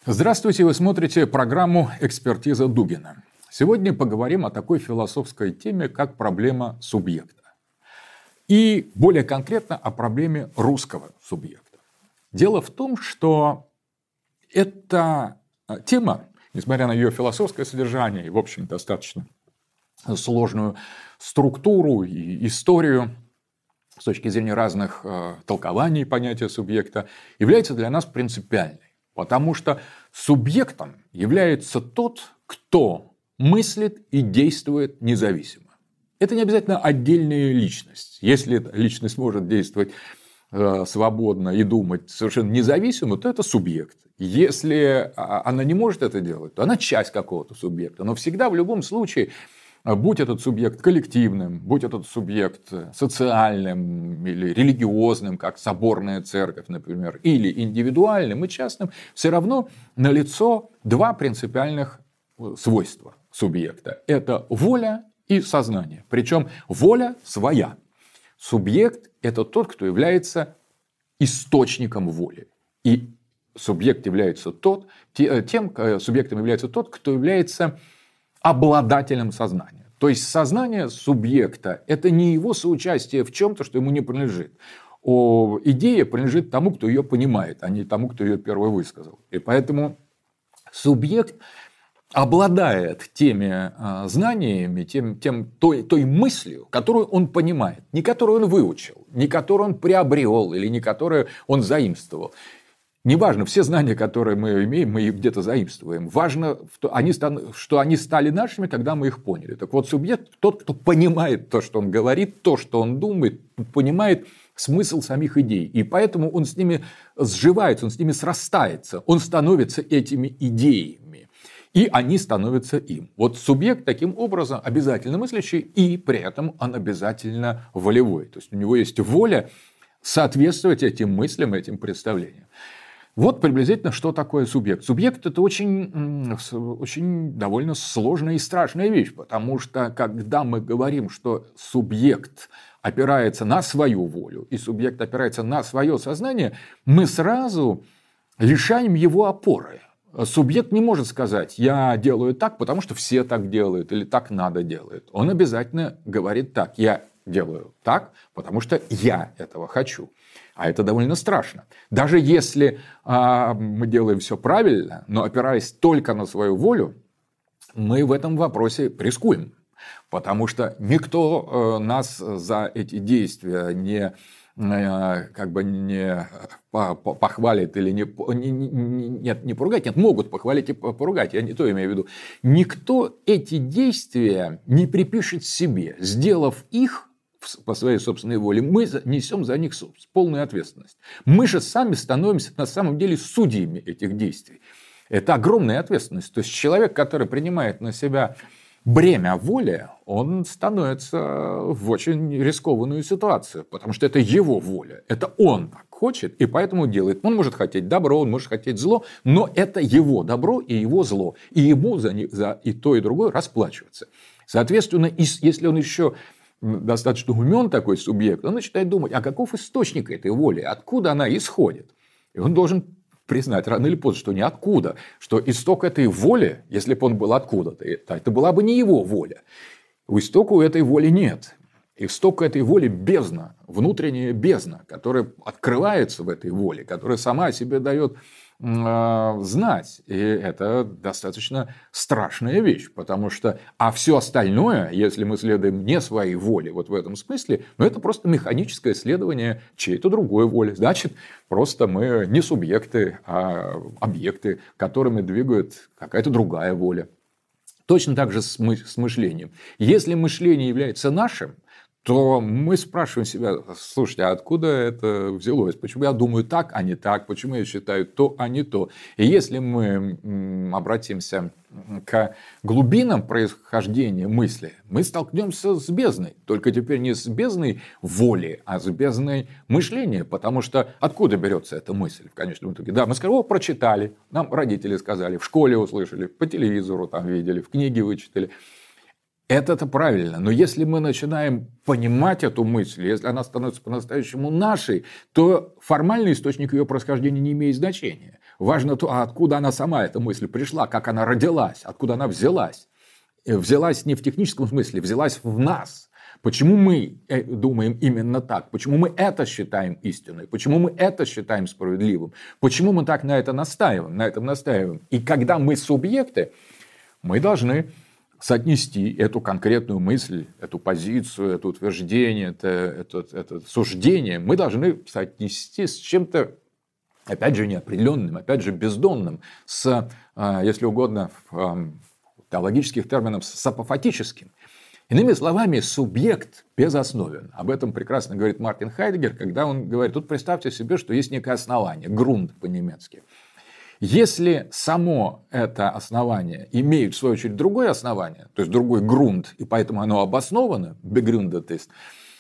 Здравствуйте, вы смотрите программу «Экспертиза Дугина». Сегодня поговорим о такой философской теме, как проблема субъекта. И более конкретно о проблеме русского субъекта. Дело в том, что эта тема, несмотря на ее философское содержание и, в общем, достаточно сложную структуру и историю с точки зрения разных толкований понятия субъекта, является для нас принципиальной. Потому что субъектом является тот, кто мыслит и действует независимо. Это не обязательно отдельная личность. Если эта личность может действовать свободно и думать совершенно независимо, то это субъект. Если она не может это делать, то она часть какого-то субъекта. Но всегда в любом случае, будь этот субъект коллективным, будь этот субъект социальным или религиозным, как соборная церковь, например, или индивидуальным и частным, все равно налицо два принципиальных свойства субъекта. Это воля и сознание. Причем воля своя. Субъект – это тот, кто является источником воли. И субъектом является тот, кто является обладателем сознания. То есть сознание субъекта – это не его соучастие в чем-то, что ему не принадлежит. Идея принадлежит тому, кто ее понимает, а не тому, кто ее первый высказал. И поэтому субъект обладает теми знаниями, той мыслью, которую он понимает, не которую он выучил, не которую он приобрел или не которую он заимствовал. Неважно, все знания, которые мы имеем, мы их где-то заимствуем. Важно, что они стали нашими, когда мы их поняли. Так вот, субъект – тот, кто понимает то, что он говорит, то, что он думает, понимает смысл самих идей. И поэтому он с ними сживается, он с ними срастается, он становится этими идеями. И они становятся им. Вот субъект таким образом обязательно мыслящий, и при этом он обязательно волевой. То есть у него есть воля соответствовать этим мыслям, этим представлениям. Вот приблизительно, что такое субъект. Субъект – это очень довольно сложная и страшная вещь, потому что, когда мы говорим, что субъект опирается на свою волю, и субъект опирается на свое сознание, мы сразу лишаем его опоры. Субъект не может сказать: я делаю так, потому что все так делают, или так надо делать. Он обязательно говорит так: я делаю так, потому что я этого хочу. А это довольно страшно. Даже если мы делаем все правильно, но опираясь только на свою волю, мы в этом вопросе рискуем. Потому что никто нас за эти действия не похвалит или не поругать. Нет, могут похвалить и поругать, я не то имею в виду. Никто эти действия не припишет себе. Сделав их по своей собственной воле, мы несем за них полную ответственность. Мы же сами становимся на самом деле судьями этих действий. Это огромная ответственность. То есть человек, который принимает на себя бремя воли, он становится в очень рискованную ситуацию, потому что это его воля, это он так хочет и поэтому делает. Он может хотеть добро, он может хотеть зло, но это его добро и его зло, и ему за и то, и другое расплачиваться. Соответственно, если он еще достаточно умен, такой субъект, он начинает думать: а каков источник этой воли, откуда она исходит? И он должен признать рано или поздно, что ниоткуда, что исток этой воли, если бы он был откуда-то, это была бы не его воля. У истока у этой воли нет. Исток этой воли – бездна, внутренняя бездна, которая открывается в этой воле, которая сама о себе дает знать. И это достаточно страшная вещь, потому что все остальное, если мы следуем не своей воле, вот в этом смысле, это просто механическое следование чьей-то другой воли. Значит, просто мы не субъекты, а объекты, которыми двигает какая-то другая воля. Точно так же с мышлением. Если мышление является нашим, то мы спрашиваем себя: слушайте, а откуда это взялось? Почему я думаю так, а не так? Почему я считаю то, а не то? И если мы обратимся к глубинам происхождения мысли, мы столкнемся с бездной. Только теперь не с бездной воли, а с бездной мышления. Потому что откуда берется эта мысль в конечном итоге? Да, мы скажем: прочитали, нам родители сказали, в школе услышали, по телевизору там видели, в книге вычитали. Это правильно, но если мы начинаем понимать эту мысль, если она становится по-настоящему нашей, то формальный источник ее происхождения не имеет значения. Важно то, откуда она сама, эта мысль, пришла, как она родилась, откуда она взялась. Взялась не в техническом смысле, взялась в нас. Почему мы думаем именно так? Почему мы это считаем истиной? Почему мы это считаем справедливым? Почему мы так на этом настаиваем? И когда мы субъекты, мы должны соотнести эту конкретную мысль, эту позицию, это утверждение, это суждение, мы должны соотнести с чем-то, опять же, неопределенным, опять же, бездонным, с, если угодно, в теологических терминах, с апофатическим. Иными словами, субъект безосновен. Об этом прекрасно говорит Мартин Хайдеггер, когда он говорит, тут представьте себе, что есть некое основание, грунт по-немецки. Если само это основание имеет, в свою очередь, другое основание, то есть другой грунт, и поэтому оно обосновано, begründet ist,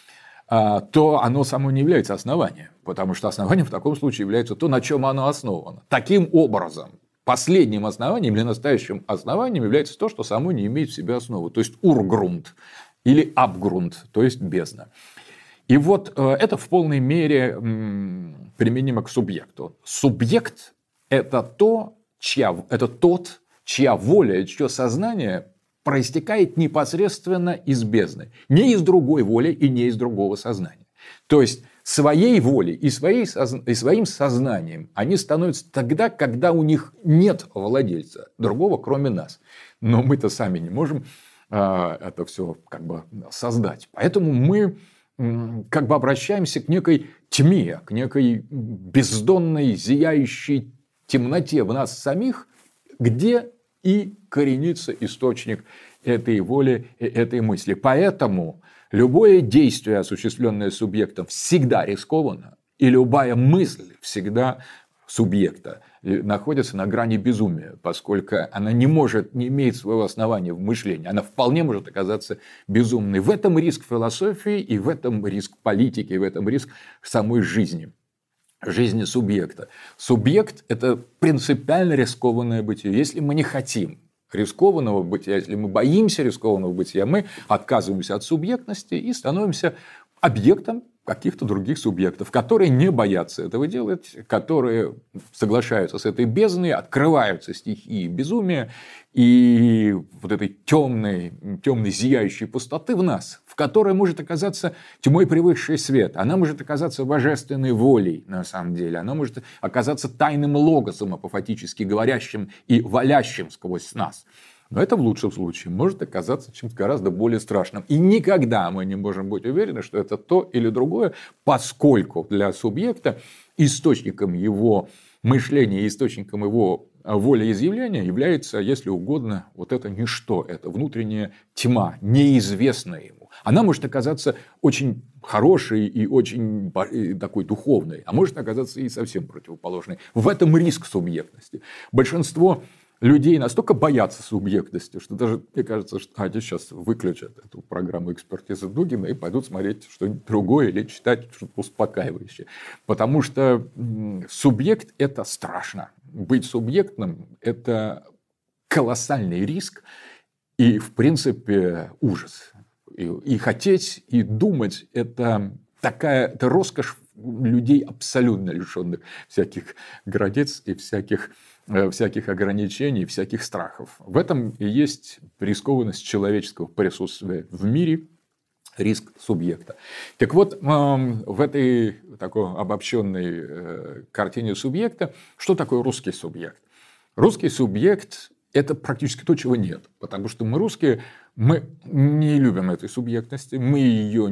то оно само не является основанием, потому что основанием в таком случае является то, на чем оно основано. Таким образом, последним основанием или настоящим основанием является то, что само не имеет в себе основы, то есть ургрунт или абгрунт, то есть бездна. И вот это в полной мере применимо к субъекту. Субъект – это тот, чья воля, чье сознание проистекает непосредственно из бездны. Не из другой воли и не из другого сознания. То есть, своей волей и своим сознанием они становятся тогда, когда у них нет владельца другого, кроме нас. Но мы-то сами не можем это все как бы создать. Поэтому мы как бы обращаемся к некой тьме, к некой бездонной, зияющей темноте в нас самих, где и коренится источник этой воли, этой мысли. Поэтому любое действие, осуществленное субъектом, всегда рискованно, и любая мысль всегда субъекта находится на грани безумия, поскольку она не имеет своего основания в мышлении, она вполне может оказаться безумной. В этом риск философии, и в этом риск политики, и в этом риск самой жизни субъекта. Субъект – это принципиально рискованное бытие. Если мы не хотим рискованного бытия, если мы боимся рискованного бытия, мы отказываемся от субъектности и становимся объектом каких-то других субъектов, которые не боятся этого делать, которые соглашаются с этой бездной, открываются стихии безумия и вот этой темной зияющей пустоты в нас, в которой может оказаться тьмой превысший свет, она может оказаться божественной волей на самом деле, она может оказаться тайным логосом, апофатически говорящим и валящим сквозь нас. Но это в лучшем случае может оказаться чем-то гораздо более страшным. И никогда мы не можем быть уверены, что это то или другое, поскольку для субъекта источником его мышления, источником его волеизъявления является, если угодно, вот это ничто, это внутренняя тьма, неизвестная ему. Она может оказаться очень хорошей и очень такой духовной, а может оказаться и совсем противоположной. В этом риск субъектности. Большинство людей настолько боятся субъектности, что даже, мне кажется, что они сейчас выключат эту программу экспертизы Дугина и пойдут смотреть что-нибудь другое или читать что-то успокаивающее. Потому что субъект – это страшно. Быть субъектным – это колоссальный риск и, в принципе, ужас. И хотеть, и думать – это роскошь людей, абсолютно лишенных всяких границ и всяких ограничений, всяких страхов. В этом и есть рискованность человеческого присутствия в мире, риск субъекта. Так вот, в этой такой обобщенной картине субъекта, что такое русский субъект? Русский субъект – это практически то, чего нет. Потому что мы, русские, мы не любим этой субъектности, мы ее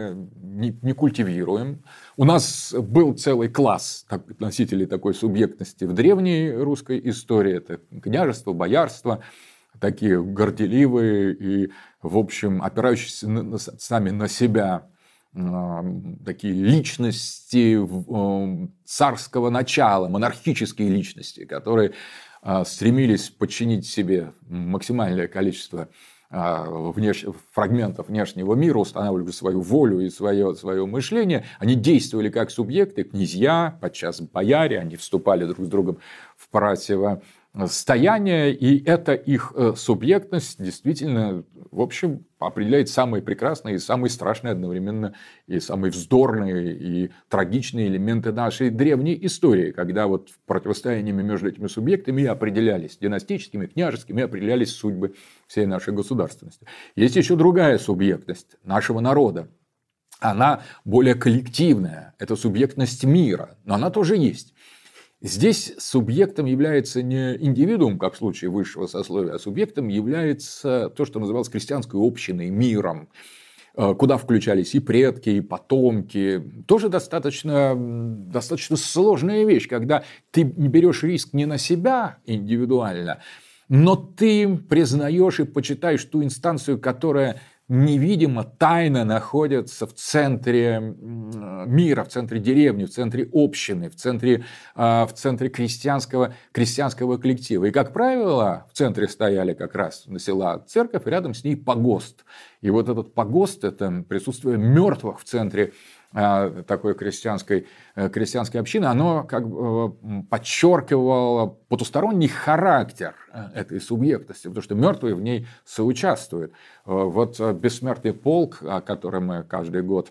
не культивируем. У нас был целый класс носителей такой субъектности в древней русской истории. Это княжество, боярство, такие горделивые и, в общем, опирающиеся сами на себя такие личности царского начала, монархические личности, которые стремились подчинить себе максимальное количество фрагментов внешнего мира, устанавливали свою волю и свое мышление. Они действовали как субъекты, князья, подчас бояре, они вступали друг с другом в противостояние, и эта их субъектность действительно, в общем, определяет самые прекрасные и самые страшные одновременно, и самые вздорные и трагичные элементы нашей древней истории, когда вот противостояниями между этими субъектами определялись династическими, княжескими, определялись судьбы всей нашей государственности. Есть еще другая субъектность нашего народа. Она более коллективная, это субъектность мира, но она тоже есть. Здесь субъектом является не индивидуум, как в случае высшего сословия, а субъектом является то, что называлось крестьянской общиной, миром, куда включались и предки, и потомки. Тоже достаточно сложная вещь, когда ты берешь риск не на себя индивидуально, но ты признаешь и почитаешь ту инстанцию, которая невидимо, тайно находится в центре мира, в центре деревни, в центре общины, в центре крестьянского коллектива. И, как правило, в центре стояли как раз села церковь, и рядом с ней погост. И вот этот погост – это присутствие мертвых в центре такой крестьянской общины, оно как бы подчеркивало потусторонний характер этой субъектности, потому что мертвые в ней соучаствуют. Вот бессмертный полк, который мы каждый год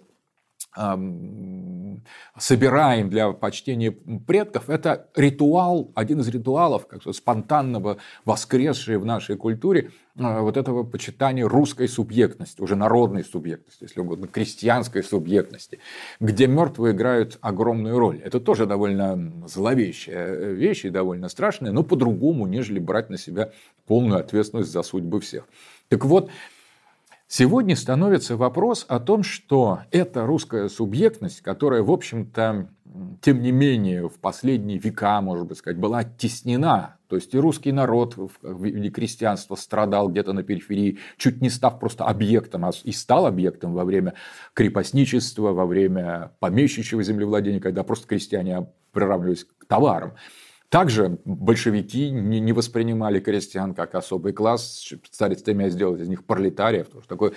собираем для почтения предков, это ритуал, один из ритуалов, как спонтанного воскресшей в нашей культуре вот этого почитания русской субъектности, уже народной субъектности, если угодно, крестьянской субъектности, где мертвые играют огромную роль. Это тоже довольно зловещая вещь и довольно страшная, но по-другому, нежели брать на себя полную ответственность за судьбы всех. Так вот, сегодня становится вопрос о том, что эта русская субъектность, которая, в общем-то, тем не менее, в последние века, можно бы сказать, была оттеснена, то есть и русский народ в виде крестьянства страдал где-то на периферии, чуть не став просто объектом, а и стал объектом во время крепостничества, во время помещичьего землевладения, когда просто крестьяне приравнивались к товарам. Также большевики не воспринимали крестьян как особый класс, стремясь сделать из них пролетариев, потому что такой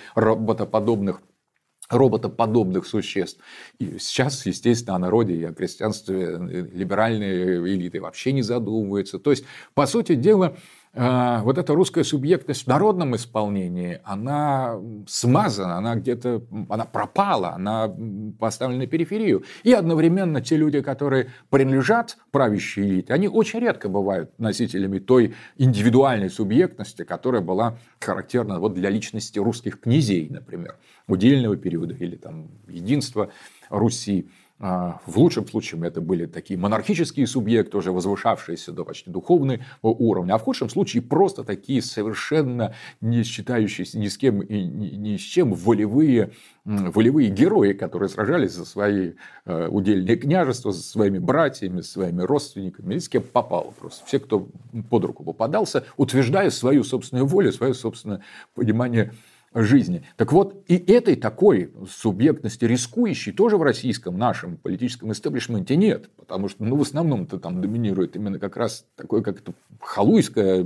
роботоподобных существ. И сейчас, естественно, о народе и о крестьянстве либеральные элиты вообще не задумываются. То есть, по сути дела, вот эта русская субъектность в народном исполнении, она смазана, она пропала, она поставлена на периферию. И одновременно те люди, которые принадлежат правящей элите, они очень редко бывают носителями той индивидуальной субъектности, которая была характерна вот для личности русских князей, например, удельного периода или там единства Руси. В лучшем случае это были такие монархические субъекты, уже возвышавшиеся до почти духовного уровня, а в худшем случае просто такие совершенно не считающиеся ни с кем и ни с чем волевые герои, которые сражались за свои удельные княжества, за своими братьями, своими родственниками, и с кем попало просто. Все, кто под руку попадался, утверждая свою собственную волю, свое собственное понимание жизни. Так вот, и этой такой субъектности рискующей тоже в российском нашем политическом истеблишменте нет. Потому что в основном-то там доминирует именно как раз такой, как это халуйское,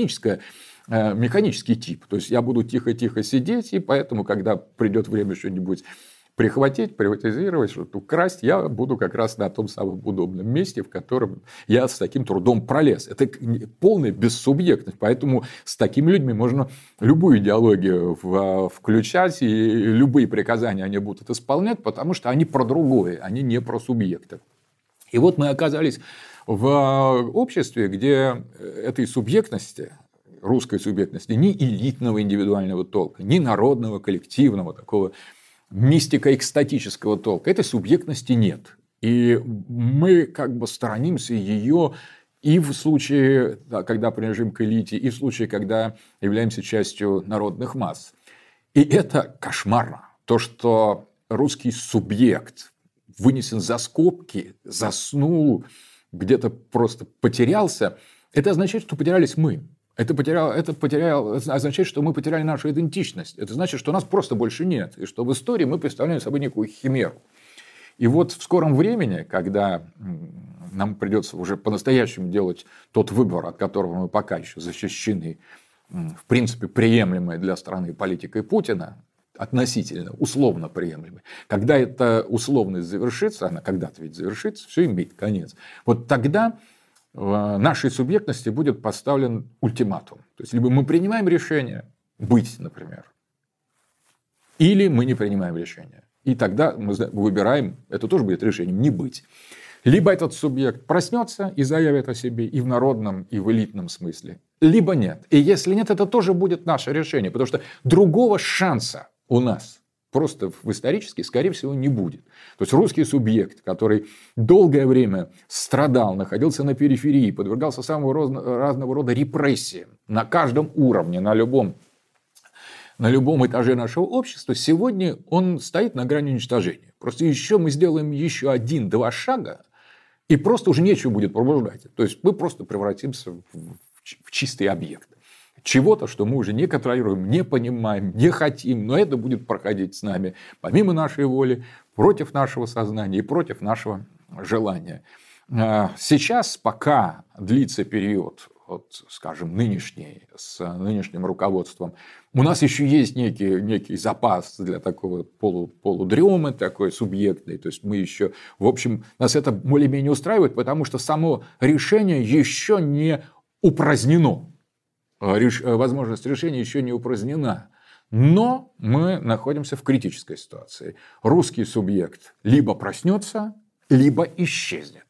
механический тип. То есть, я буду тихо-тихо сидеть, и поэтому, когда придет время что-нибудь прихватить, приватизировать, что-то украсть, я буду как раз на том самом удобном месте, в котором я с таким трудом пролез. Это полная бессубъектность. Поэтому с такими людьми можно любую идеологию включать, и любые приказания они будут исполнять, потому что они про другое, они не про субъекты. И вот мы оказались в обществе, где этой субъектности, русской субъектности, ни элитного индивидуального толка, ни народного, коллективного такого мистико-экстатического толка, этой субъектности нет. И мы как бы сторонимся ее и в случае, когда принадлежим к элите, и в случае, когда являемся частью народных масс. И это кошмарно. То, что русский субъект вынесен за скобки, заснул, где-то просто потерялся, это означает, что потерялись мы. Это означает, что мы потеряли нашу идентичность. Это значит, что нас просто больше нет. И что в истории мы представляем собой некую химеру. И вот в скором времени, когда нам придется уже по-настоящему делать тот выбор, от которого мы пока еще защищены, в принципе, приемлемой для страны политикой Путина, относительно, условно приемлемой. Когда эта условность завершится, она когда-то ведь завершится, все имеет конец. Вот тогда в нашей субъектности будет поставлен ультиматум. То есть, либо мы принимаем решение быть, например, или мы не принимаем решения. И тогда мы выбираем, это тоже будет решением, не быть. Либо этот субъект проснется и заявит о себе и в народном, и в элитном смысле, либо нет. И если нет, это тоже будет наше решение, потому что другого шанса у нас просто в исторически, скорее всего, не будет. То есть русский субъект, который долгое время страдал, находился на периферии, подвергался самого разного рода репрессиям на каждом уровне, на любом этаже нашего общества, сегодня он стоит на грани уничтожения. Просто еще мы сделаем еще 1-2 шага, и просто уже нечего будет пробуждать. То есть мы просто превратимся в чистый объект. Чего-то, что мы уже не контролируем, не понимаем, не хотим, но это будет проходить с нами помимо нашей воли, против нашего сознания и против нашего желания. Сейчас, пока длится период, вот, скажем, нынешний, с нынешним руководством, у нас еще есть некий запас для такого полудремы, такой субъектной. То есть мы еще, в общем, нас это более-менее устраивает, потому что само решение еще не упразднено. Возможность решения еще не упразднена. Но мы находимся в критической ситуации. Русский субъект либо проснется, либо исчезнет.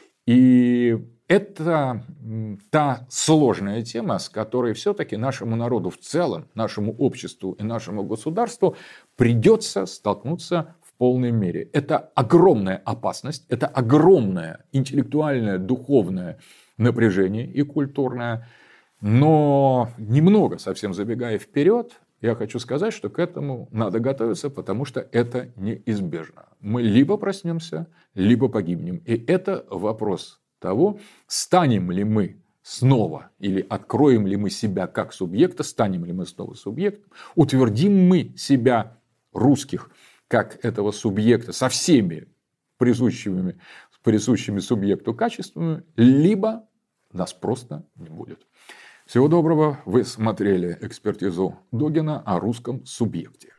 И это та сложная тема, с которой все-таки нашему народу в целом, нашему обществу и нашему государству придется столкнуться в полной мере. Это огромная опасность, это огромное интеллектуальное, духовное напряжение и культурное. Но немного совсем забегая вперед, я хочу сказать, что к этому надо готовиться, потому что это неизбежно. Мы либо проснемся, либо погибнем. И это вопрос того, станем ли мы снова или откроем ли мы себя как субъекта, станем ли мы снова субъектом, утвердим мы себя, русских, как этого субъекта со всеми присущими субъекту качествами, либо нас просто не будет. Всего доброго. Вы смотрели экспертизу Дугина о русском субъекте.